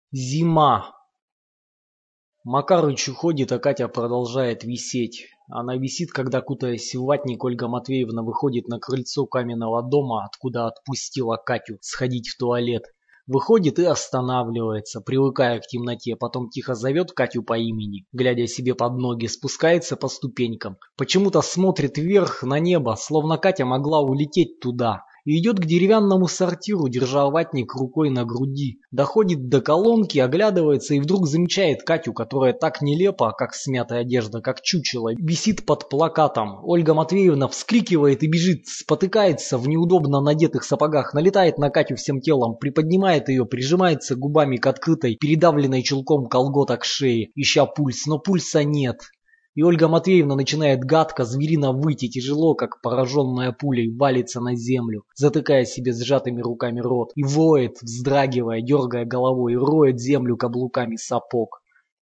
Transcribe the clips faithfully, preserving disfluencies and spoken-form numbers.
Зима. Макарыч уходит, а Катя продолжает висеть. Она висит, когда, кутаясь в ватник, Ольга Матвеевна выходит на крыльцо каменного дома, откуда отпустила Катю сходить в туалет. Выходит и останавливается, привыкая к темноте, потом тихо зовет Катю по имени, глядя себе под ноги, спускается по ступенькам. Почему-то смотрит вверх на небо, словно Катя могла улететь туда. И идет к деревянному сортиру, держа ватник рукой на груди. Доходит до колонки, оглядывается и вдруг замечает Катю, которая так нелепо, как смятая одежда, как чучело, висит под плакатом. Ольга Матвеевна вскрикивает и бежит, спотыкается в неудобно надетых сапогах, налетает на Катю всем телом, приподнимает ее, прижимается губами к открытой, передавленной чулком колготок шее, ища пульс, но пульса нет. И Ольга Матвеевна начинает гадко, зверино выть и тяжело, как пораженная пулей, валится на землю, затыкая себе сжатыми руками рот, и воет, вздрагивая, дергая головой, и роет землю каблуками сапог.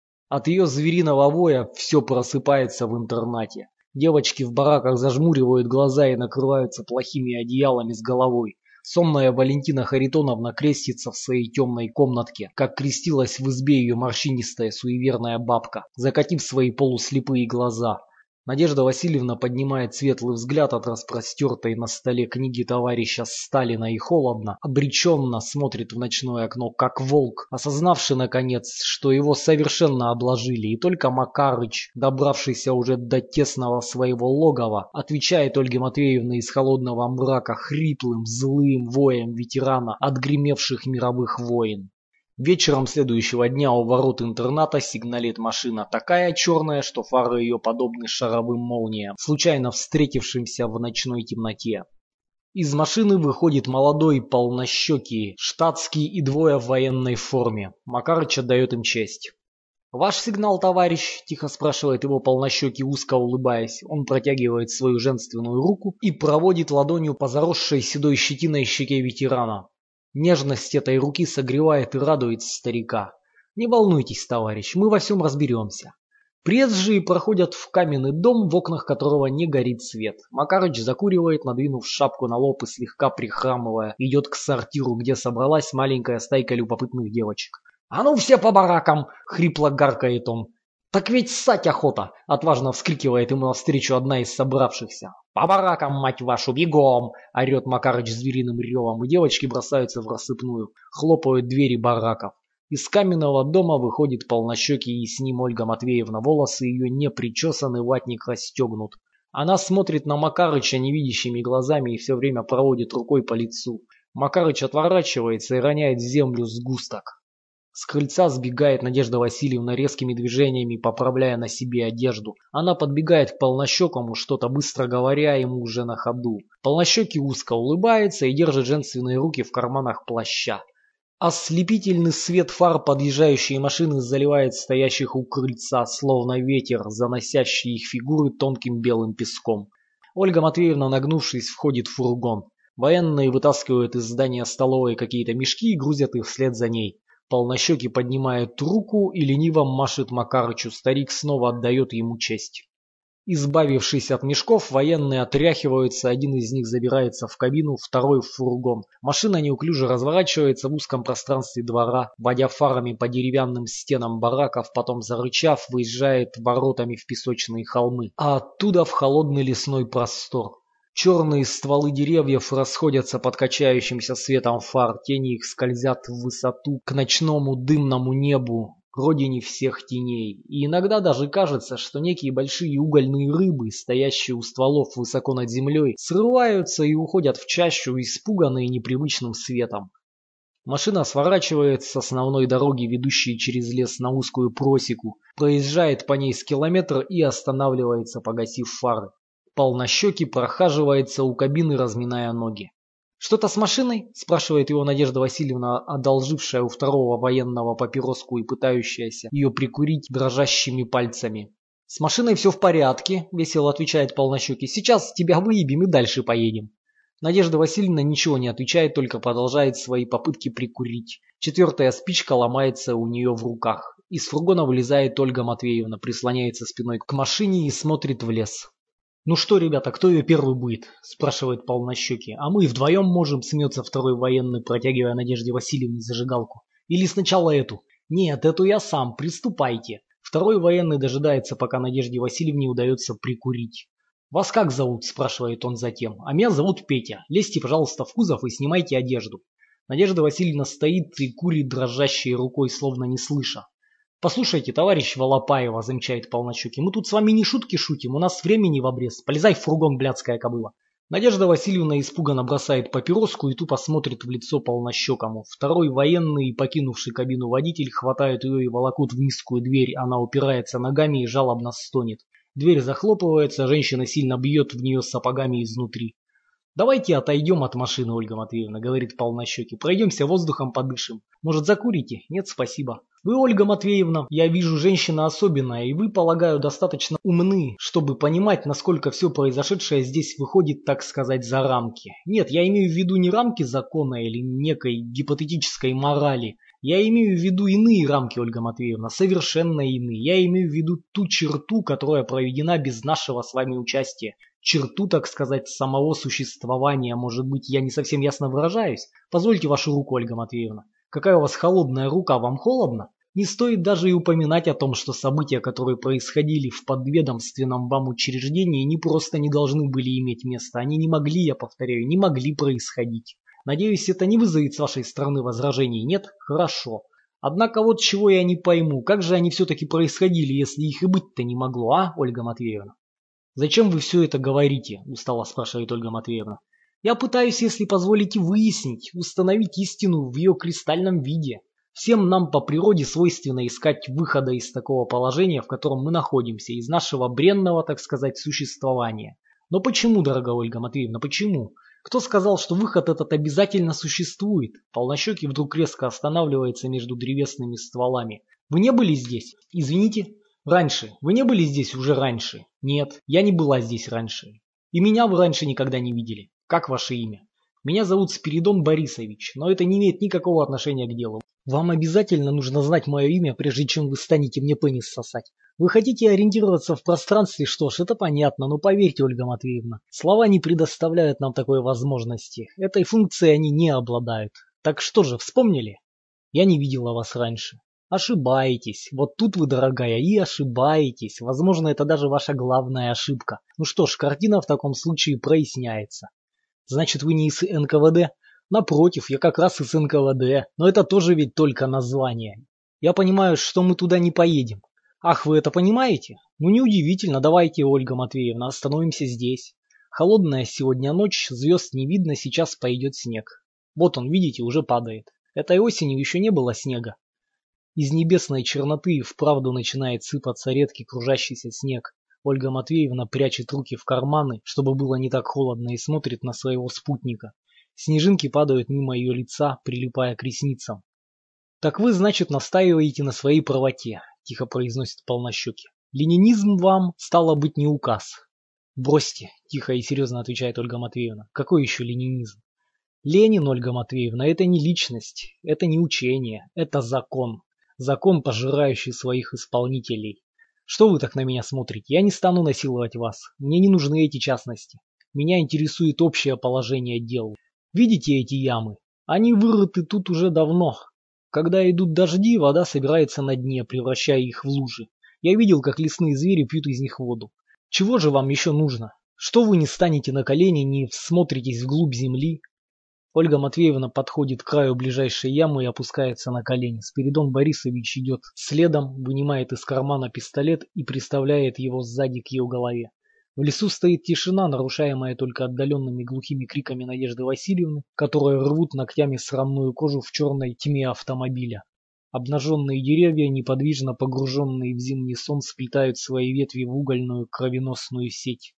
От ее звериного воя все просыпается в интернате. Девочки в бараках зажмуривают глаза и накрываются плохими одеялами с головой. Сонная Валентина Харитоновна крестится в своей темной комнатке, как крестилась в избе ее морщинистая суеверная бабка, закатив свои полуслепые глаза. Надежда Васильевна поднимает светлый взгляд от распростертой на столе книги товарища Сталина и холодно, обреченно смотрит в ночное окно, как волк, осознавший наконец, что его совершенно обложили, и только Макарыч, добравшийся уже до тесного своего логова, отвечает Ольге Матвеевне из холодного мрака хриплым, злым воем ветерана отгремевших мировых войн. Вечером следующего дня у ворот интерната сигналит машина, такая черная, что фары ее подобны шаровым молниям, случайно встретившимся в ночной темноте. Из машины выходит молодой, полнощекий, штатский и двое в военной форме. Макарыч отдает им честь. «Ваш сигнал, товарищ?» – тихо спрашивает его полнощекий, узко улыбаясь. Он протягивает свою женственную руку и проводит ладонью по заросшей седой щетиной щеке ветерана. Нежность этой руки согревает и радует старика. «Не волнуйтесь, товарищ, мы во всем разберемся». Приезжие проходят в каменный дом, в окнах которого не горит свет. Макарыч закуривает, надвинув шапку на лоб и слегка прихрамывая, идет к сортиру, где собралась маленькая стайка любопытных девочек. «А ну все по баракам!» — хрипло гаркает он. «Так ведь ссать охота!» — отважно вскрикивает ему навстречу одна из собравшихся. «По баракам, мать вашу, бегом!» — орет Макарыч звериным ревом, и девочки бросаются в рассыпную, хлопают двери бараков. Из каменного дома выходит полнощекий, и с ним Ольга Матвеевна. Волосы ее не причесаны, ватник расстегнут. Она смотрит на Макарыча невидящими глазами и все время проводит рукой по лицу. Макарыч отворачивается и роняет в землю сгусток. С крыльца сбегает Надежда Васильевна резкими движениями, поправляя на себе одежду. Она подбегает к полнощекому, что-то быстро говоря ему уже на ходу. Полнощекий узко улыбается и держит женственные руки в карманах плаща. Ослепительный свет фар подъезжающей машины заливает стоящих у крыльца, словно ветер, заносящий их фигуры тонким белым песком. Ольга Матвеевна, нагнувшись, входит в фургон. Военные вытаскивают из здания столовой какие-то мешки и грузят их вслед за ней. Полнощекий поднимает руку и лениво машет Макарычу. Старик снова отдает ему честь. Избавившись от мешков, военные отряхиваются, один из них забирается в кабину, второй в фургон. Машина неуклюже разворачивается в узком пространстве двора, водя фарами по деревянным стенам бараков, потом, зарычав, выезжает воротами в песочные холмы, а оттуда в холодный лесной простор. Черные стволы деревьев расходятся под качающимся светом фар, тени их скользят в высоту к ночному дымному небу, родине всех теней. И иногда даже кажется, что некие большие угольные рыбы, стоящие у стволов высоко над землей, срываются и уходят в чащу, испуганные непривычным светом. Машина сворачивает с основной дороги, ведущей через лес на узкую просеку, проезжает по ней с километр и останавливается, погасив фары. Полнощекий прохаживается у кабины, разминая ноги. «Что-то с машиной?» – спрашивает его Надежда Васильевна, одолжившая у второго военного папироску и пытающаяся ее прикурить дрожащими пальцами. «С машиной все в порядке», – весело отвечает Полнощекий. «Сейчас тебя выебем и дальше поедем». Надежда Васильевна ничего не отвечает, только продолжает свои попытки прикурить. Четвертая спичка ломается у нее в руках. Из фургона вылезает Ольга Матвеевна, прислоняется спиной к машине и смотрит в лес. «Ну что, ребята, кто ее первый будет?» – спрашивает Полнощекий. «А мы вдвоем можем», – смеется второй военный, протягивая Надежде Васильевне зажигалку. «Или сначала эту?» Нет, эту я сам, приступайте. Второй военный дожидается, пока Надежде Васильевне удается прикурить. «Вас как зовут?» – спрашивает он затем. «А меня зовут Петя. Лезьте, пожалуйста, в кузов и снимайте одежду». Надежда Васильевна стоит и курит дрожащей рукой, словно не слыша. «Послушайте, товарищ Волопаева», – замечает Полнощекий, – «мы тут с вами не шутки шутим, у нас времени в обрез. Полезай в фургон, блядская кобыла». Надежда Васильевна испуганно бросает папироску и тупо смотрит в лицо Полнощекому. Второй военный, покинувший кабину водитель, хватает ее и волокут в низкую дверь. Она упирается ногами и жалобно стонет. Дверь захлопывается, женщина сильно бьет в нее сапогами изнутри. «Давайте отойдем от машины, Ольга Матвеевна», — говорит Полнощекий. «Пройдемся воздухом подышим. Может, закурите?» «Нет, спасибо». «Вы, Ольга Матвеевна, я вижу, женщина особенная, и вы, полагаю, достаточно умны, чтобы понимать, насколько все произошедшее здесь выходит, так сказать, за рамки. Нет, я имею в виду не рамки закона или некой гипотетической морали. Я имею в виду иные рамки, Ольга Матвеевна, совершенно иные. Я имею в виду ту черту, которая проведена без нашего с вами участия. Черту, так сказать, самого существования. Может быть, я не совсем ясно выражаюсь? Позвольте вашу руку, Ольга Матвеевна. Какая у вас холодная рука, вам холодно? Не стоит даже и упоминать о том, что события, которые происходили в подведомственном вам учреждении, не просто не должны были иметь место. Они не могли, я повторяю, не могли происходить. Надеюсь, это не вызовет с вашей стороны возражений, нет? Хорошо. Однако вот чего я не пойму, как же они все-таки происходили, если их и быть-то не могло, а, Ольга Матвеевна? «Зачем вы все это говорите?» – устало спрашивает Ольга Матвеевна. «Я пытаюсь, если позволите, выяснить, установить истину в ее кристальном виде. Всем нам по природе свойственно искать выхода из такого положения, в котором мы находимся, из нашего бренного, так сказать, существования. Но почему, дорогая Ольга Матвеевна, почему? Кто сказал, что выход этот обязательно существует?» Полнощекий вдруг резко останавливается между древесными стволами. «Вы не были здесь? Извините?» «Раньше. Вы не были здесь уже раньше?» «Нет, я не была здесь раньше. И меня вы раньше никогда не видели. Как ваше имя?» «Меня зовут Спиридон Борисович, но это не имеет никакого отношения к делу. Вам обязательно нужно знать мое имя, прежде чем вы станете мне пенис сосать. Вы хотите ориентироваться в пространстве, что ж, это понятно, но поверьте, Ольга Матвеевна, слова не предоставляют нам такой возможности. Этой функцией они не обладают. Так что же, вспомнили? Я не видела вас раньше. Ошибаетесь. Вот тут вы, дорогая, и ошибаетесь. Возможно, это даже ваша главная ошибка. Ну что ж, картина в таком случае проясняется. Значит, вы не из эн ка вэ дэ? Напротив, я как раз из эн ка вэ дэ. Но это тоже ведь только название. Я понимаю, что мы туда не поедем. Ах, вы это понимаете? Ну неудивительно. Давайте, Ольга Матвеевна, остановимся здесь. Холодная сегодня ночь, звезд не видно, сейчас пойдет снег. Вот он, видите, уже падает. Этой осенью еще не было снега. Из небесной черноты вправду начинает сыпаться редкий кружащийся снег. Ольга Матвеевна прячет руки в карманы, чтобы было не так холодно, и смотрит на своего спутника. Снежинки падают мимо ее лица, прилипая к ресницам. «Так вы, значит, настаиваете на своей правоте», – тихо произносит Полнощекий. «Ленинизм вам, стало быть, не указ». «Бросьте», – тихо и серьезно отвечает Ольга Матвеевна. «Какой еще ленинизм?» «Ленин, Ольга Матвеевна, это не личность, это не учение, это закон. Закон, пожирающий своих исполнителей. Что вы так на меня смотрите? Я не стану насиловать вас. Мне не нужны эти частности. Меня интересует общее положение дел. Видите эти ямы? Они вырыты тут уже давно. Когда идут дожди, вода собирается на дне, превращая их в лужи. Я видел, как лесные звери пьют из них воду. Чего же вам еще нужно? Что вы не станете на колени, не всмотритесь вглубь земли?» Ольга Матвеевна подходит к краю ближайшей ямы и опускается на колени. Спиридон Борисович идет следом, вынимает из кармана пистолет и приставляет его сзади к ее голове. В лесу стоит тишина, нарушаемая только отдаленными глухими криками Надежды Васильевны, которые рвут ногтями срамную кожу в черной тьме автомобиля. Обнаженные деревья, неподвижно погруженные в зимний сон, сплетают свои ветви в угольную кровеносную сеть.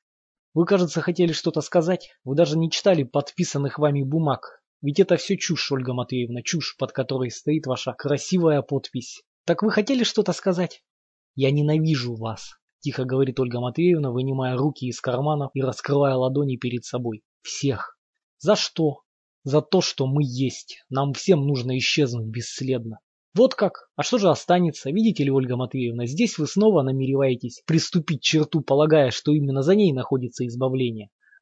Вы, кажется, хотели что-то сказать. Вы даже не читали подписанных вами бумаг. Ведь это все чушь, Ольга Матвеевна, чушь, под которой стоит ваша красивая подпись. Так вы хотели что-то сказать? Я ненавижу вас, тихо говорит Ольга Матвеевна, вынимая руки из карманов и раскрывая ладони перед собой. Всех. За что? За то, что мы есть. Нам всем нужно исчезнуть бесследно. Вот как? А что же останется? Видите ли, Ольга Матвеевна, здесь вы снова намереваетесь приступить черту, полагая, что именно за ней находится избавление.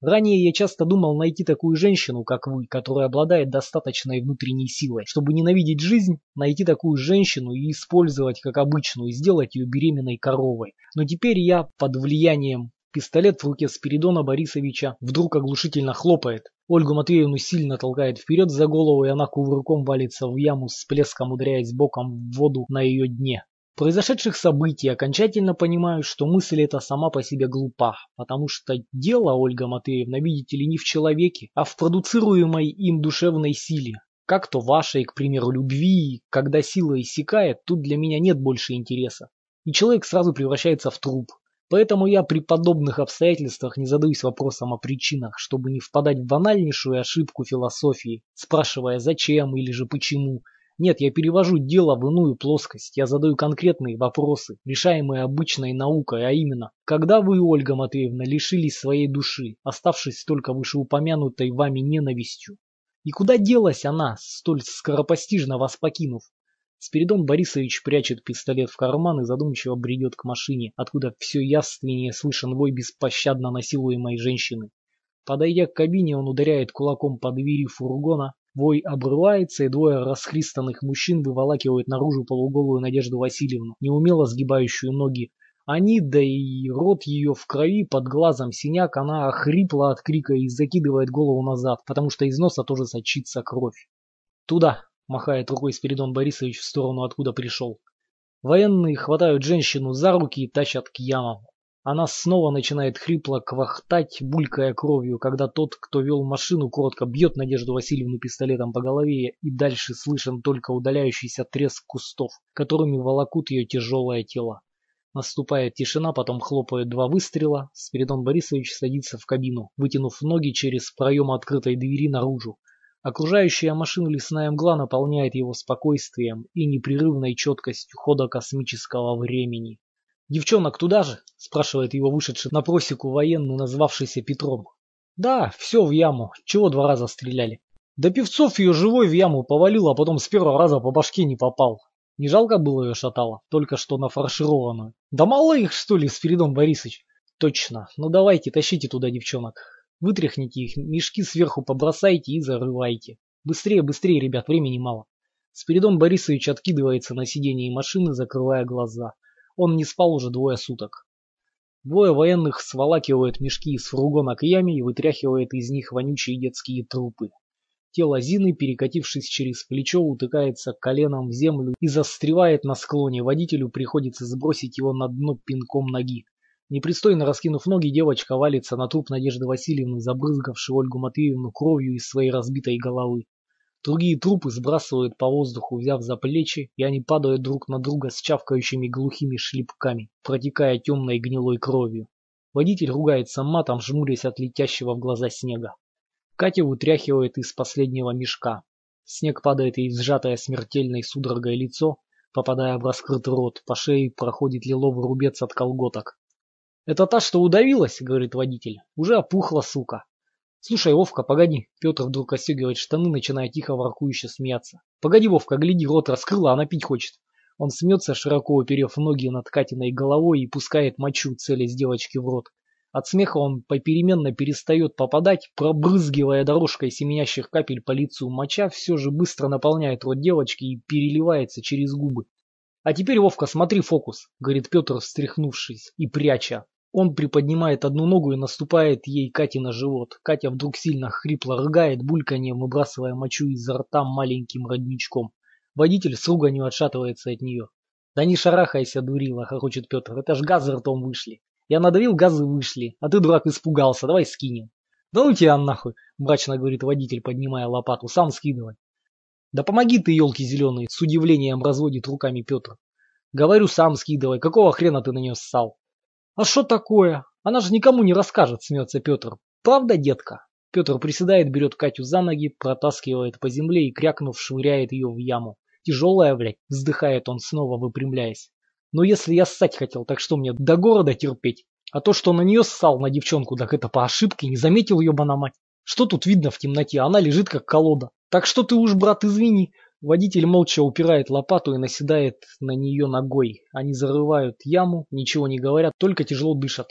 Ранее я часто думал найти такую женщину, как вы, которая обладает достаточной внутренней силой, чтобы ненавидеть жизнь, найти такую женщину и использовать как обычную, и сделать ее беременной коровой. Но теперь я под влиянием... Пистолет в руке Спиридона Борисовича вдруг оглушительно хлопает. Ольгу Матвеевну сильно толкает вперед за голову, и она кувырком валится в яму, с плеском ударяясь боком в воду на ее дне. В произошедших событий окончательно понимаю, что мысль эта сама по себе глупа, потому что дело, Ольга Матвеевна, видите ли, не в человеке, а в продуцируемой им душевной силе. Как то вашей, к примеру, любви, когда сила иссякает, тут для меня нет больше интереса. И человек сразу превращается в труп. Поэтому я при подобных обстоятельствах не задаюсь вопросом о причинах, чтобы не впадать в банальнейшую ошибку философии, спрашивая зачем или же почему. Нет, я перевожу дело в иную плоскость, я задаю конкретные вопросы, решаемые обычной наукой, а именно, когда вы, Ольга Матвеевна, лишились своей души, оставшись только вышеупомянутой вами ненавистью? И куда делась она, столь скоропостижно вас покинув? Спиридон Борисович прячет пистолет в карман и задумчиво бредет к машине, откуда все явственнее слышен вой беспощадно насилуемой женщины. Подойдя к кабине, он ударяет кулаком по двери фургона, вой обрывается, и двое расхристанных мужчин выволакивают наружу полуголую Надежду Васильевну, неумело сгибающую ноги. Они, да и рот ее в крови, под глазом синяк, она охрипла от крика и закидывает голову назад, потому что из носа тоже сочится кровь. «Туда!» — махает рукой Спиридон Борисович в сторону, откуда пришел. Военные хватают женщину за руки и тащат к ямам. Она снова начинает хрипло квахтать, булькая кровью, когда тот, кто вел машину, коротко бьет Надежду Васильевну пистолетом по голове, и дальше слышен только удаляющийся треск кустов, которыми волокут ее тяжелое тело. Наступает тишина, потом хлопают два выстрела. Спиридон Борисович садится в кабину, вытянув ноги через проем открытой двери наружу. Окружающая машину лесная мгла наполняет его спокойствием и непрерывной четкостью хода космического времени. «Девчонок туда же?» – спрашивает его вышедший на просеку военный, назвавшийся Петром. «Да, все в яму. Чего два раза стреляли?» «Да Певцов ее живой в яму повалил, а потом с первого раза по башке не попал. Не жалко было ее шатало, только что нафаршированную. Да мало их, что ли, Спиридон Борисович?» «Точно. Ну давайте, тащите туда девчонок. Вытряхните их, мешки сверху побросайте и зарывайте. Быстрее, быстрее, ребят, времени мало». Спиридон Борисович откидывается на сиденье машины, закрывая глаза. Он не спал уже двое суток. Двое военных сволакивают мешки из фургона к яме и вытряхивают из них вонючие детские трупы. Тело Зины, перекатившись через плечо, утыкается коленом в землю и застревает на склоне. Водителю приходится сбросить его на дно пинком ноги. Непристойно раскинув ноги, девочка валится на труп Надежды Васильевны, забрызгавшей Ольгу Матвеевну кровью из своей разбитой головы. Другие трупы сбрасывают по воздуху, взяв за плечи, и они падают друг на друга с чавкающими глухими шлепками, протекая темной гнилой кровью. Водитель ругается матом, жмурясь от летящего в глаза снега. Катя утряхивает из последнего мешка. Снег падает ей в сжатое смертельной судорогой лицо, попадая в раскрытый рот, по шее проходит лиловый рубец от колготок. «Это та, что удавилась?» — говорит водитель. «Уже опухла, сука». «Слушай, Вовка, погоди». Петр вдруг отстегивает штаны, начиная тихо воркующе смеяться. «Погоди, Вовка, гляди, рот раскрыла, она пить хочет». Он смеется, широко уперев ноги над Катиной головой и пускает мочу, целясь девочке в рот. От смеха он попеременно перестает попадать, пробрызгивая дорожкой семенящих капель по лицу. Моча все же быстро наполняет рот девочки и переливается через губы. «А теперь, Вовка, смотри фокус», — говорит Петр, встряхнувшись и пряча. Он приподнимает одну ногу и наступает ей Кате на живот. Катя вдруг сильно хрипло рыгает, бульканьем выбрасывая мочу изо рта маленьким родничком. Водитель с руганью отшатывается от нее. «Да не шарахайся, дурила», — хохочет Петр, — «это ж газы ртом вышли. Я надавил, газы вышли, а ты, дурак, испугался, давай скинем». «Да ну тебя нахуй», — мрачно говорит водитель, поднимая лопату, — «сам скидывай». «Да помоги ты, елки зеленые», — с удивлением разводит руками Петр. «Говорю, сам скидывай, какого хрена ты на нее ссал?» «А что такое? Она же никому не расскажет», — смеется Петр. «Правда, детка?» Петр приседает, берет Катю за ноги, протаскивает по земле и, крякнув, швыряет ее в яму. «Тяжелая, блядь», — вздыхает он, снова выпрямляясь. «Но если я ссать хотел, так что мне до города терпеть? А то, что на нее ссал, на девчонку, так это по ошибке, не заметил, ебана мать. Что тут видно в темноте? Она лежит как колода. Так что ты уж, брат, извини». Водитель молча упирает лопату и наседает на нее ногой. Они зарывают яму, ничего не говорят, только тяжело дышат.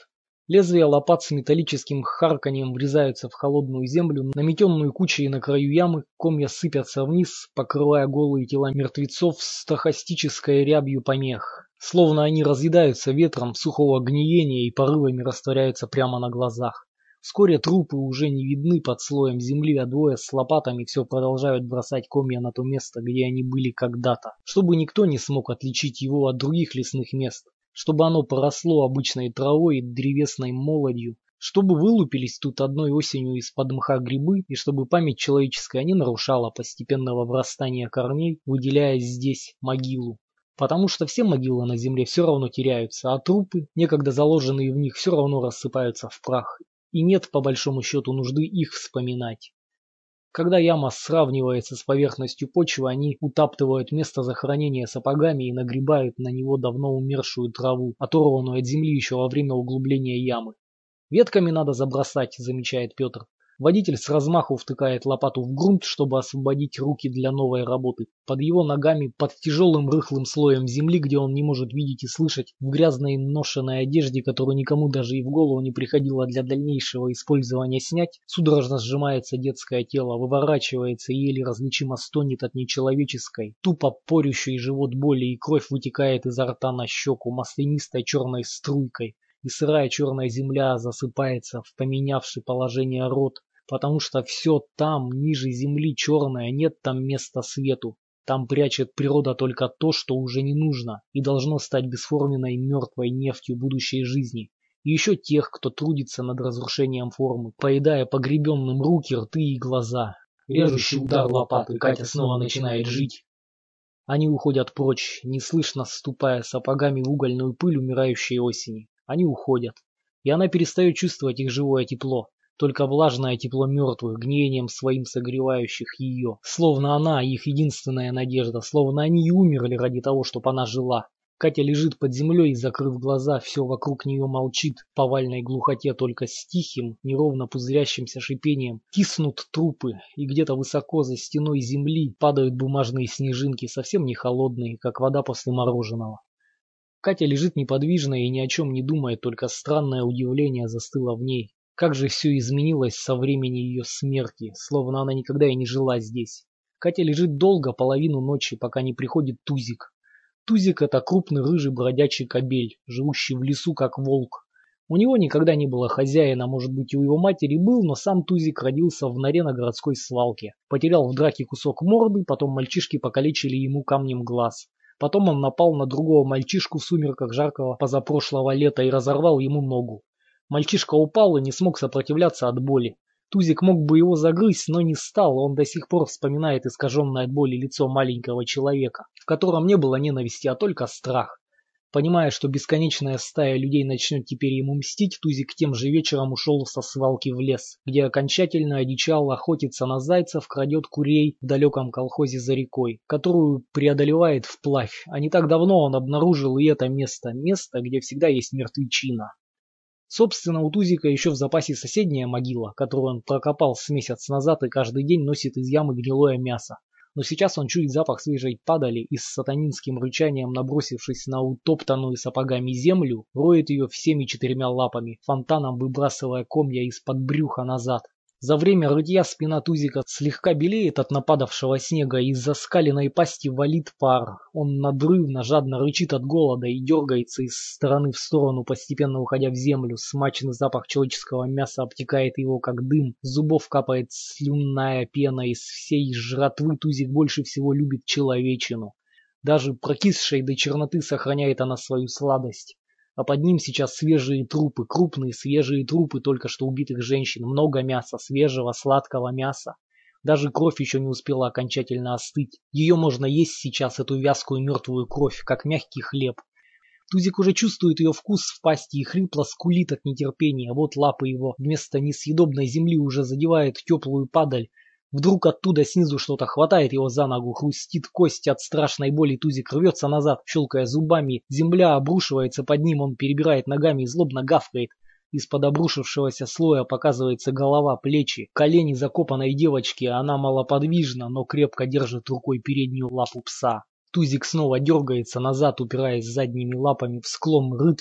Лезвия лопат с металлическим харканьем врезаются в холодную землю, наметенную кучей на краю ямы, комья сыпятся вниз, покрывая голые тела мертвецов стохастической рябью помех. Словно они разъедаются ветром сухого гниения и порывами растворяются прямо на глазах. Вскоре трупы уже не видны под слоем земли, а двое с лопатами все продолжают бросать комья на то место, где они были когда-то, чтобы никто не смог отличить его от других лесных мест. Чтобы оно поросло обычной травой и древесной молодью, чтобы вылупились тут одной осенью из-под мха грибы, и чтобы память человеческая не нарушала постепенного врастания корней, выделяя здесь могилу. Потому что все могилы на земле все равно теряются, а трупы, некогда заложенные в них, все равно рассыпаются в прах, и нет по большому счету нужды их вспоминать. Когда яма сравнивается с поверхностью почвы, они утаптывают место захоронения сапогами и нагребают на него давно умершую траву, оторванную от земли еще во время углубления ямы. «Ветками надо забросать», — замечает Петр. Водитель с размаху втыкает лопату в грунт, чтобы освободить руки для новой работы. Под его ногами, под тяжелым рыхлым слоем земли, где он не может видеть и слышать, в грязной ношеной одежде, которую никому даже и в голову не приходило для дальнейшего использования снять, судорожно сжимается детское тело, выворачивается и еле различимо стонет от нечеловеческой, тупо порющей живот боли, и кровь вытекает изо рта на щеку маслянистой черной струйкой, и сырая черная земля засыпается в поменявший положение рот, потому что все там, ниже земли, черное, нет там места свету. Там прячет природа только то, что уже не нужно, и должно стать бесформенной мертвой нефтью будущей жизни. И еще тех, кто трудится над разрушением формы, поедая погребенным руки, рты и глаза. Режущий удар лопаты, Катя снова начинает жить. Они уходят прочь, неслышно ступая сапогами в угольную пыль умирающей осени. Они уходят, и она перестает чувствовать их живое тепло. Только влажное тепло мертвых, гниением своим согревающих ее. Словно она их единственная надежда, словно они и умерли ради того, чтобы она жила. Катя лежит под землей и, закрыв глаза, все вокруг нее молчит в повальной глухоте, только с тихим, неровно пузырящимся шипением киснут трупы, и где-то высоко за стеной земли падают бумажные снежинки, совсем не холодные, как вода после мороженого. Катя лежит неподвижно и ни о чем не думает, только странное удивление застыло в ней. Как же все изменилось со времени ее смерти, словно она никогда и не жила здесь. Катя лежит долго, половину ночи, пока не приходит Тузик. Тузик — это крупный рыжий бродячий кобель, живущий в лесу как волк. У него никогда не было хозяина, может быть, у его матери был, но сам Тузик родился в норе на городской свалке. Потерял в драке кусок морды, потом мальчишки покалечили ему камнем глаз. Потом он напал на другого мальчишку в сумерках жаркого позапрошлого лета и разорвал ему ногу. Мальчишка упал и не смог сопротивляться от боли. Тузик мог бы его загрызть, но не стал, он до сих пор вспоминает искаженное от боли лицо маленького человека, в котором не было ненависти, а только страх. Понимая, что бесконечная стая людей начнет теперь ему мстить, Тузик тем же вечером ушел со свалки в лес, где окончательно одичал, охотится на зайцев, крадет курей в далеком колхозе за рекой, которую преодолевает вплавь. А не так давно он обнаружил и это место, место, где всегда есть мертвечина. Собственно, у Тузика еще в запасе соседняя могила, которую он прокопал с месяц назад и каждый день носит из ямы гнилое мясо. Но сейчас он чует запах свежей падали и с сатанинским рычанием, набросившись на утоптанную сапогами землю, роет ее всеми четырьмя лапами, фонтаном выбрасывая комья из-под брюха назад. За время рытья спина Тузика слегка белеет от нападавшего снега, и из-за скаленной пасти валит пар. Он надрывно, жадно рычит от голода и дергается из стороны в сторону, постепенно уходя в землю. Смачный запах человеческого мяса обтекает его, как дым. С зубов капает слюнная пена. Из всей жратвы Тузик больше всего любит человечину. Даже прокисшей до черноты сохраняет она свою сладость. А под ним сейчас свежие трупы, крупные свежие трупы только что убитых женщин, много мяса, свежего, сладкого мяса. Даже кровь еще не успела окончательно остыть. Ее можно есть сейчас, эту вязкую мертвую кровь, как мягкий хлеб. Тузик уже чувствует ее вкус в пасти и хрипло скулит от нетерпения. Вот лапы его вместо несъедобной земли уже задевают теплую падаль. Вдруг оттуда снизу что-то хватает его за ногу, хрустит кость от страшной боли, Тузик рвется назад, щелкая зубами, земля обрушивается под ним, он перебирает ногами и злобно гавкает. Из-под обрушившегося слоя показывается голова, плечи, колени закопанной девочки, она малоподвижна, но крепко держит рукой переднюю лапу пса. Тузик снова дергается назад, упираясь задними лапами в склон рытвины.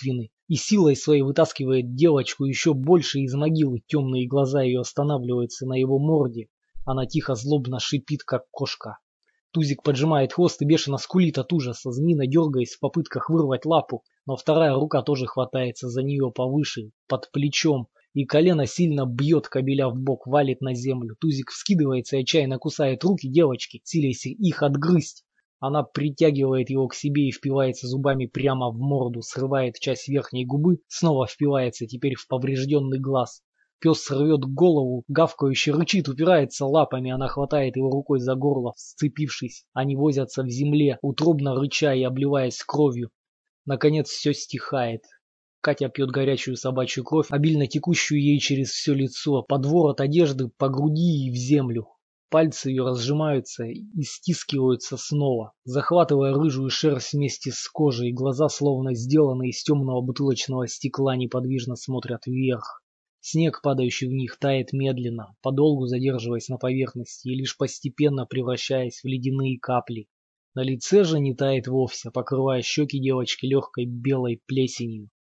и силой своей вытаскивает девочку еще больше из могилы. Темные глаза ее останавливаются на его морде. Она тихо злобно шипит, как кошка. Тузик поджимает хвост и бешено скулит от ужаса, змина дергаясь в попытках вырвать лапу, но вторая рука тоже хватается за нее повыше, под плечом, и колено сильно бьет кобеля в бок, валит на землю. Тузик вскидывается и отчаянно кусает руки девочки, силясь их отгрызть. Она притягивает его к себе и впивается зубами прямо в морду, срывает часть верхней губы, снова впивается теперь в поврежденный глаз. Пес рвет голову, гавкающе рычит, упирается лапами, она хватает его рукой за горло, сцепившись. Они возятся в земле, утробно рыча и обливаясь кровью. Наконец все стихает. Катя пьет горячую собачью кровь, обильно текущую ей через все лицо, под ворот одежды, по груди и в землю. Пальцы ее разжимаются и стискиваются снова, захватывая рыжую шерсть вместе с кожей, и глаза, словно сделанные из темного бутылочного стекла, неподвижно смотрят вверх. Снег, падающий в них, тает медленно, подолгу задерживаясь на поверхности и лишь постепенно превращаясь в ледяные капли. На лице же не тает вовсе, покрывая щеки девочки легкой белой плесенью.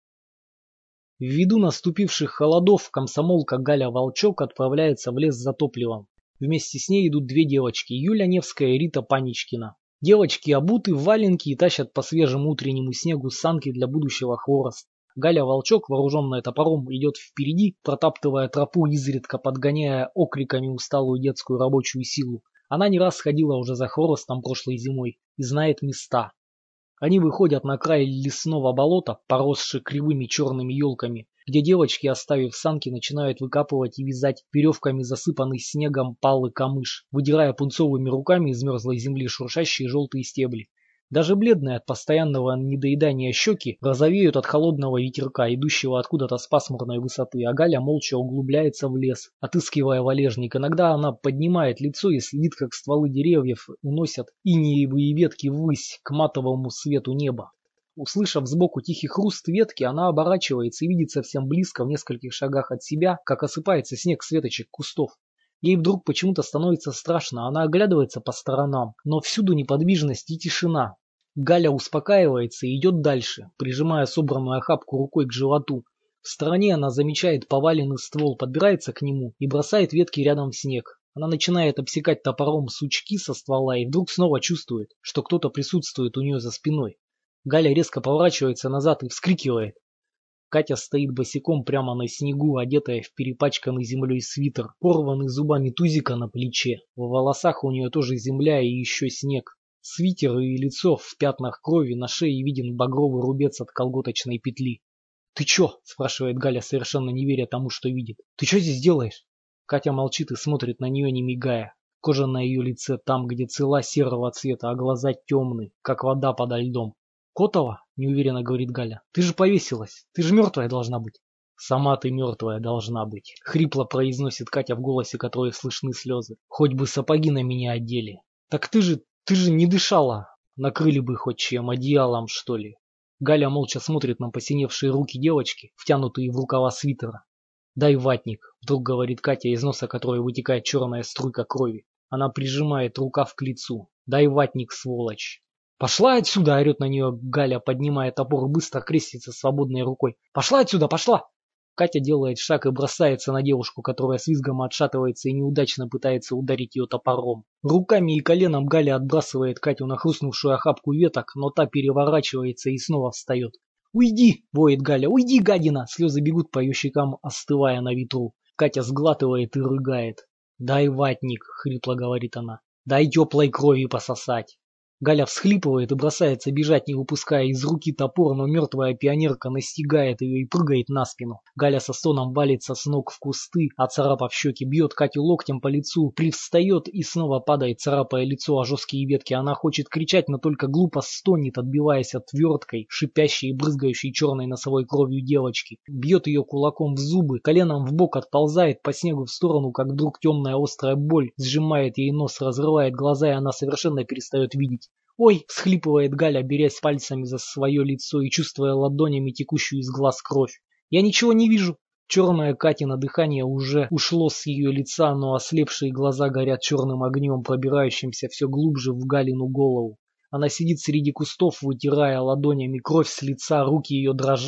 Ввиду наступивших холодов комсомолка Галя Волчок отправляется в лес за топливом. Вместе с ней идут две девочки, Юля Невская и Рита Паничкина. Девочки обуты в валенки и тащат по свежему утреннему снегу санки для будущего хвороста. Галя Волчок, вооруженная топором, идет впереди, протаптывая тропу, изредка подгоняя окриками усталую детскую рабочую силу. Она не раз ходила уже за хворостом прошлой зимой и знает места. Они выходят на край лесного болота, поросшие кривыми черными елками, где девочки, оставив санки, начинают выкапывать и вязать веревками засыпанный снегом палый камыш, выдирая пунцовыми руками из мерзлой земли шуршащие желтые стебли. Даже бледные от постоянного недоедания щеки розовеют от холодного ветерка, идущего откуда-то с пасмурной высоты, а Галя молча углубляется в лес, отыскивая валежник. Иногда она поднимает лицо и следит, как стволы деревьев уносят инеевые ветки ввысь к матовому свету неба. Услышав сбоку тихий хруст ветки, она оборачивается и видит совсем близко, в нескольких шагах от себя, как осыпается снег с веточек кустов. Ей вдруг почему-то становится страшно, она оглядывается по сторонам, но всюду неподвижность и тишина. Галя успокаивается и идет дальше, прижимая собранную охапку рукой к животу. В стороне она замечает поваленный ствол, подбирается к нему и бросает ветки рядом в снег. Она начинает обсекать топором сучки со ствола и вдруг снова чувствует, что кто-то присутствует у нее за спиной. Галя резко поворачивается назад и вскрикивает. Катя стоит босиком прямо на снегу, одетая в перепачканный землей свитер, порванный зубами тузика на плече. В волосах у нее тоже земля и еще снег. Свитер и лицо в пятнах крови, на шее виден багровый рубец от колготочной петли. «Ты чё?» – спрашивает Галя, совершенно не веря тому, что видит. «Ты чё здесь делаешь?» Катя молчит и смотрит на нее, не мигая. Кожа на ее лице там, где цела, серого цвета, а глаза темные, как вода подо льдом. «Котова?» – неуверенно говорит Галя. «Ты же повесилась. Ты же мертвая должна быть». «Сама ты мертвая должна быть», – хрипло произносит Катя в голосе, которой слышны слезы. «Хоть бы сапоги на меня одели». «Так ты же, ты же не дышала. Накрыли бы хоть чем, одеялом, что ли». Галя молча смотрит на посиневшие руки девочки, втянутые в рукава свитера. «Дай ватник», – вдруг говорит Катя, из носа которой вытекает черная струйка крови. Она прижимает рукав к лицу. «Дай ватник, сволочь». «Пошла отсюда!» – орет на нее Галя, поднимая топор и быстро крестится свободной рукой. «Пошла отсюда! Пошла!» Катя делает шаг и бросается на девушку, которая с визгом отшатывается и неудачно пытается ударить ее топором. Руками и коленом Галя отбрасывает Катю на хрустнувшую охапку веток, но та переворачивается и снова встает. «Уйди!» – воет Галя. «Уйди, гадина!» Слезы бегут по ее щекам, остывая на ветру. Катя сглатывает и рыгает. «Дай ватник!» – хрипло говорит она. «Дай теплой крови пососать!» Галя всхлипывает и бросается бежать, не выпуская из руки топор, но мертвая пионерка настигает ее и прыгает на спину. Галя со стоном валится с ног в кусты, оцарапав щеки, бьет Катю локтем по лицу, привстает и снова падает, царапая лицо о жесткие ветки. Она хочет кричать, но только глупо стонет, отбиваясь отверткой, шипящей и брызгающей черной носовой кровью девочки. Бьет ее кулаком в зубы, коленом в бок отползает по снегу в сторону, как вдруг темная острая боль сжимает ей нос, разрывает глаза, и она совершенно перестает видеть. «Ой!» – всхлипывает Галя, берясь пальцами за свое лицо и чувствуя ладонями текущую из глаз кровь. «Я ничего не вижу!» Черное Катино дыхание уже ушло с ее лица, но ослепшие глаза горят черным огнем, пробирающимся все глубже в Галину голову. Она сидит среди кустов, вытирая ладонями кровь с лица, руки ее дрожат.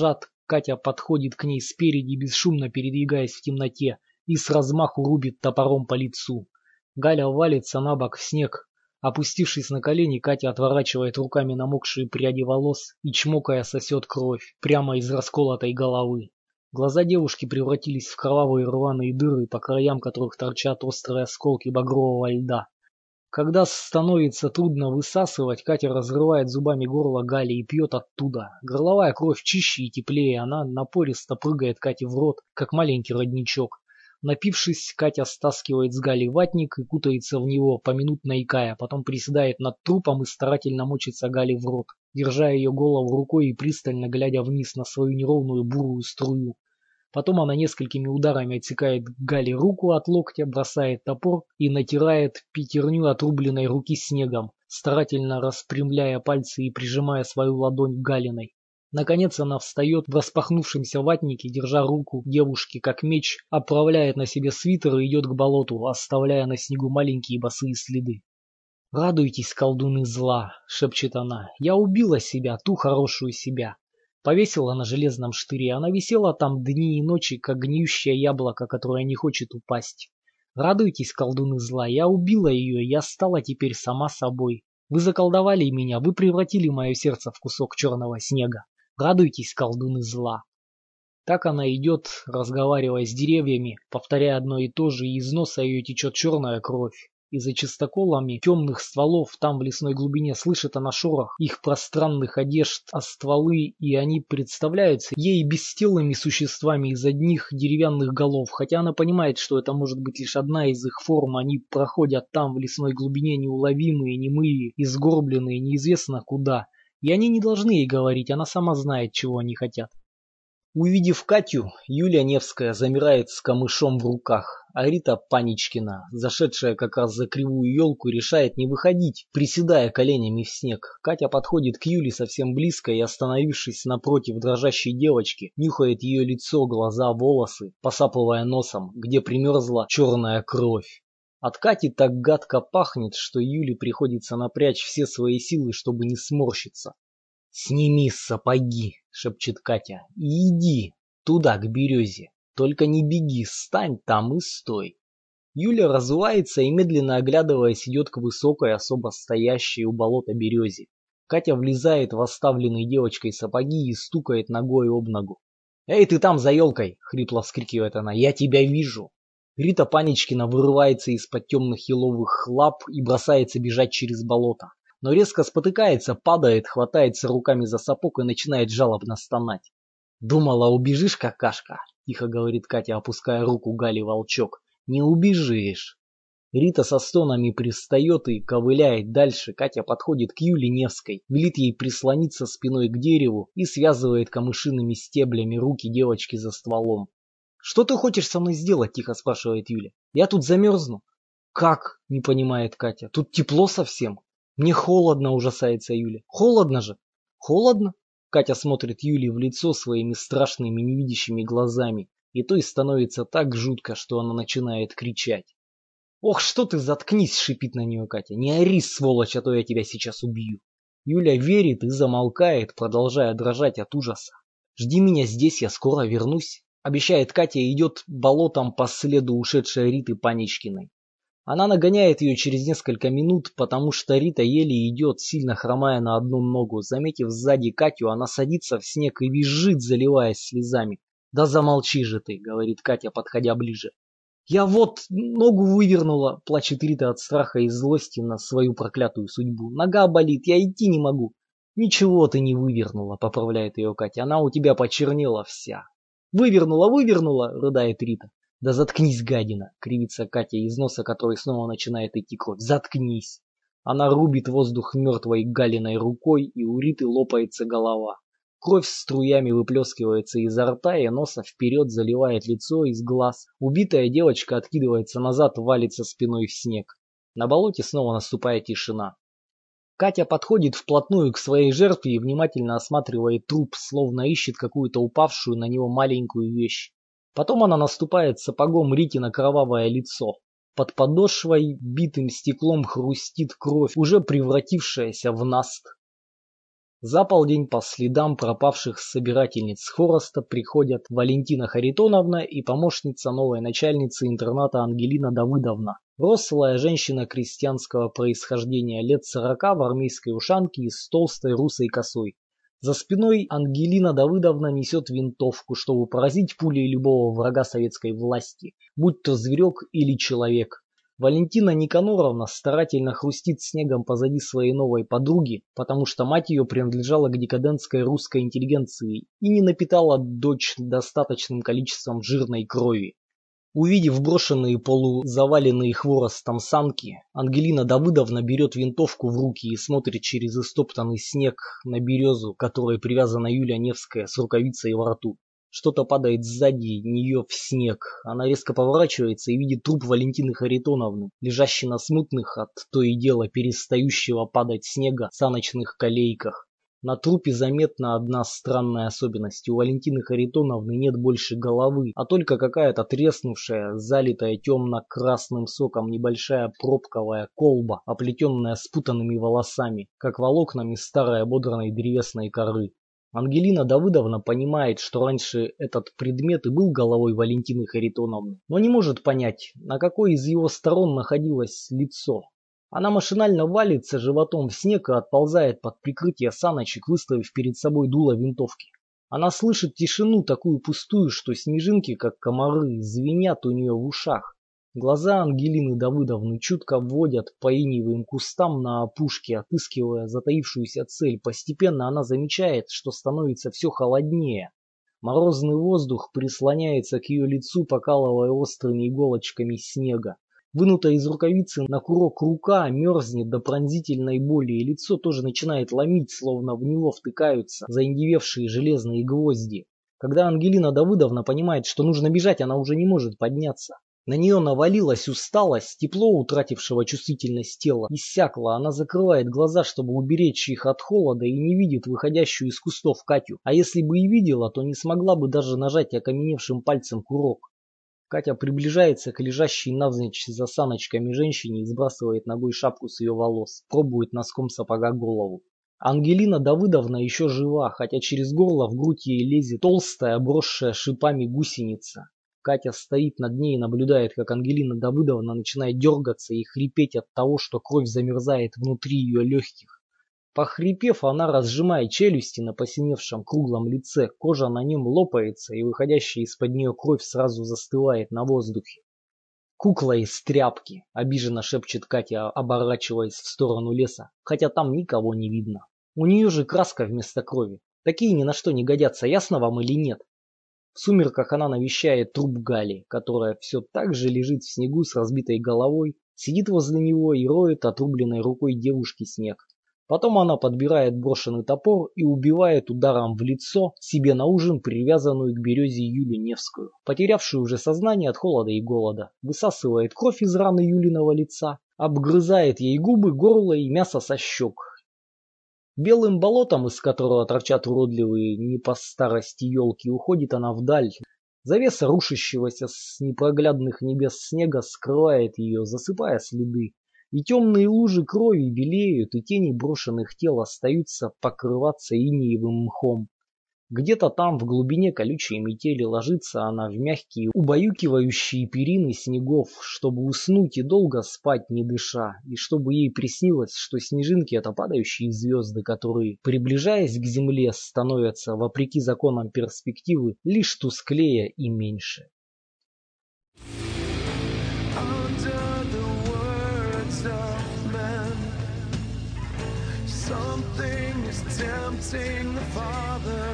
Катя подходит к ней спереди, бесшумно передвигаясь в темноте, и с размаху рубит топором по лицу. Галя валится на бок в снег. Опустившись на колени, Катя отворачивает руками намокшие пряди волос и, чмокая, сосет кровь прямо из расколотой головы. Глаза девушки превратились в кровавые рваные дыры, по краям которых торчат острые осколки багрового льда. Когда становится трудно высасывать, Катя разрывает зубами горло Гали и пьет оттуда. Горловая кровь чище и теплее, она напористо прыгает Кате в рот, как маленький родничок. Напившись, Катя стаскивает с Гали ватник и кутается в него, поминутно икая, потом приседает над трупом и старательно мочится Гали в рот, держа ее голову рукой и пристально глядя вниз на свою неровную бурую струю. Потом она несколькими ударами отсекает Гале руку от локтя, бросает топор и натирает пятерню отрубленной руки снегом, старательно распрямляя пальцы и прижимая свою ладонь к Галиной. Наконец она встает в распахнувшемся ватнике, держа руку девушки как меч, оправляет на себе свитер и идет к болоту, оставляя на снегу маленькие босые следы. «Радуйтесь, колдуны зла!» — шепчет она. «Я убила себя, ту хорошую себя!» Повесила на железном штыре, она висела там дни и ночи, как гниющее яблоко, которое не хочет упасть. Радуйтесь, колдуны зла, я убила ее, я стала теперь сама собой. Вы заколдовали меня, вы превратили мое сердце в кусок черного снега. Радуйтесь, колдуны зла. Так она идет, разговаривая с деревьями, повторяя одно и то же, и из носа ее течет черная кровь. И за чистоколами темных стволов там в лесной глубине слышит она шорох их пространных одежд, а стволы, и они представляются ей бестелыми существами из одних деревянных голов, хотя она понимает, что это может быть лишь одна из их форм, они проходят там в лесной глубине неуловимые, немые, изгорбленные, неизвестно куда, и они не должны ей говорить, она сама знает, чего они хотят. Увидев Катю, Юлия Невская замирает с камышом в руках, а Рита Паничкина, зашедшая как раз за кривую елку, решает не выходить, приседая коленями в снег. Катя подходит к Юле совсем близко и, остановившись напротив дрожащей девочки, нюхает ее лицо, глаза, волосы, посапывая носом, где примерзла черная кровь. От Кати так гадко пахнет, что Юле приходится напрячь все свои силы, чтобы не сморщиться. «Сними сапоги!» — шепчет Катя. «И иди туда, к березе. Только не беги, стань там и стой». Юля разувается и, медленно оглядываясь, идет к высокой, особо стоящей у болота березе. Катя влезает в оставленные девочкой сапоги и стукает ногой об ногу. «Эй, ты там за елкой!» — хрипло вскрикивает она. «Я тебя вижу!» Рита Паничкина вырывается из-под темных еловых лап и бросается бежать через болото. Но резко спотыкается, падает, хватается руками за сапог и начинает жалобно стонать. «Думала, убежишь, какашка?» – тихо говорит Катя, опуская руку Гали Волчок. «Не убежишь!» Рита со стонами пристает и ковыляет дальше. Катя подходит к Юле Невской, велит ей прислониться спиной к дереву и связывает камышиными стеблями руки девочки за стволом. «Что ты хочешь со мной сделать?» – тихо спрашивает Юля. «Я тут замерзну». «Как?» – не понимает Катя. «Тут тепло совсем». «Мне холодно», — ужасается Юля. «Холодно же». «Холодно?» Катя смотрит Юле в лицо своими страшными невидящими глазами, и той становится так жутко, что она начинает кричать. «Ох, что ты, заткнись!» — шипит на нее Катя. «Не ори, сволочь, а то я тебя сейчас убью». Юля верит и замолкает, продолжая дрожать от ужаса. «Жди меня здесь, я скоро вернусь», — обещает Катя и идет болотом по следу ушедшей Риты Паничкиной. Она нагоняет ее через несколько минут, потому что Рита еле идет, сильно хромая на одну ногу. Заметив сзади Катю, она садится в снег и визжит, заливаясь слезами. «Да замолчи же ты», — говорит Катя, подходя ближе. «Я вот ногу вывернула», — плачет Рита от страха и злости на свою проклятую судьбу. «Нога болит, я идти не могу». «Ничего ты не вывернула», — поправляет ее Катя. «Она у тебя почернела вся». «Вывернула, вывернула», — рыдает Рита. «Да заткнись, гадина!» — кривится Катя, из носа которой снова начинает идти кровь. «Заткнись!» Она рубит воздух мертвой Галиной рукой, и у Риты лопается голова. Кровь струями выплескивается изо рта и носа вперед, заливает лицо из глаз. Убитая девочка откидывается назад, валится спиной в снег. На болоте снова наступает тишина. Катя подходит вплотную к своей жертве и внимательно осматривает труп, словно ищет какую-то упавшую на него маленькую вещь. Потом она наступает сапогом Рите на кровавое лицо. Под подошвой битым стеклом хрустит кровь, уже превратившаяся в наст. За полдень по следам пропавших собирательниц хвороста приходят Валентина Харитоновна и помощница новой начальницы интерната Ангелина Давыдовна. Рослая женщина крестьянского происхождения, лет сорока, в армейской ушанке и с толстой русой косой. За спиной Ангелина Давыдовна несет винтовку, чтобы поразить пулей любого врага советской власти, будь то зверек или человек. Валентина Никаноровна старательно хрустит снегом позади своей новой подруги, потому что мать ее принадлежала к декадентской русской интеллигенции и не напитала дочь достаточным количеством жирной крови. Увидев брошенные полузаваленные хворостом санки, Ангелина Давыдовна берет винтовку в руки и смотрит через истоптанный снег на березу, к которой привязана Юлия Невская с рукавицей во рту. Что-то падает сзади нее в снег. Она резко поворачивается и видит труп Валентины Харитоновны, лежащий на смутных от то и дело перестающего падать снега саночных колейках. На трупе заметна одна странная особенность. У Валентины Харитоновны нет больше головы, а только какая-то треснувшая, залитая темно-красным соком небольшая пробковая колба, оплетенная спутанными волосами, как волокнами старой ободранной древесной коры. Ангелина Давыдовна понимает, что раньше этот предмет и был головой Валентины Харитоновны, но не может понять, на какой из его сторон находилось лицо. Она машинально валится животом в снег и отползает под прикрытие саночек, выставив перед собой дуло винтовки. Она слышит тишину, такую пустую, что снежинки, как комары, звенят у нее в ушах. Глаза Ангелины Давыдовны чутко вводят по инеевым кустам на опушке, отыскивая затаившуюся цель. Постепенно она замечает, что становится все холоднее. Морозный воздух прислоняется к ее лицу, покалывая острыми иголочками снега. Вынутая из рукавицы на курок рука мерзнет до пронзительной боли, и лицо тоже начинает ломить, словно в него втыкаются заиндевевшие железные гвозди. Когда Ангелина Давыдовна понимает, что нужно бежать, она уже не может подняться. На нее навалилась усталость, тепло утратившего чувствительность тела иссякло. Она закрывает глаза, чтобы уберечь их от холода, и не видит выходящую из кустов Катю. А если бы и видела, то не смогла бы даже нажать окаменевшим пальцем курок. Катя приближается к лежащей навзничь за саночками женщине и сбрасывает ногой шапку с ее волос, пробует носком сапога голову. Ангелина Давыдовна еще жива, хотя через горло в грудь ей лезет толстая, обросшая шипами гусеница. Катя стоит над ней и наблюдает, как Ангелина Давыдовна начинает дергаться и хрипеть от того, что кровь замерзает внутри ее легких. Похрипев, она разжимает челюсти на посиневшем круглом лице, кожа на нем лопается, и выходящая из-под нее кровь сразу застывает на воздухе. «Кукла из тряпки», — обиженно шепчет Катя, оборачиваясь в сторону леса, хотя там никого не видно. У нее же краска вместо крови. Такие ни на что не годятся, ясно вам или нет? В сумерках она навещает труп Гали, которая все так же лежит в снегу с разбитой головой, сидит возле него и роет отрубленной рукой девушки снег. Потом она подбирает брошенный топор и убивает ударом в лицо себе на ужин привязанную к березе Юлию Невскую, потерявшую уже сознание от холода и голода, высасывает кровь из раны Юлиного лица, обгрызает ей губы, горло и мясо со щек. Белым болотом, из которого торчат уродливые не по старости елки, уходит она вдаль. Завеса рушащегося с непроглядных небес снега скрывает ее, засыпая следы. И темные лужи крови белеют, и тени брошенных тел остаются покрываться инеевым мхом. Где-то там, в глубине колючей метели, ложится она в мягкие, убаюкивающие перины снегов, чтобы уснуть и долго спать не дыша, и чтобы ей приснилось, что снежинки — это падающие звезды, которые, приближаясь к земле, становятся, вопреки законам перспективы, лишь тусклее и меньше. Something is tempting the Father.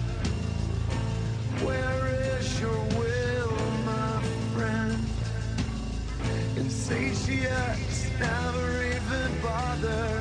Where is your will, my friend? Insatiate, never even bother.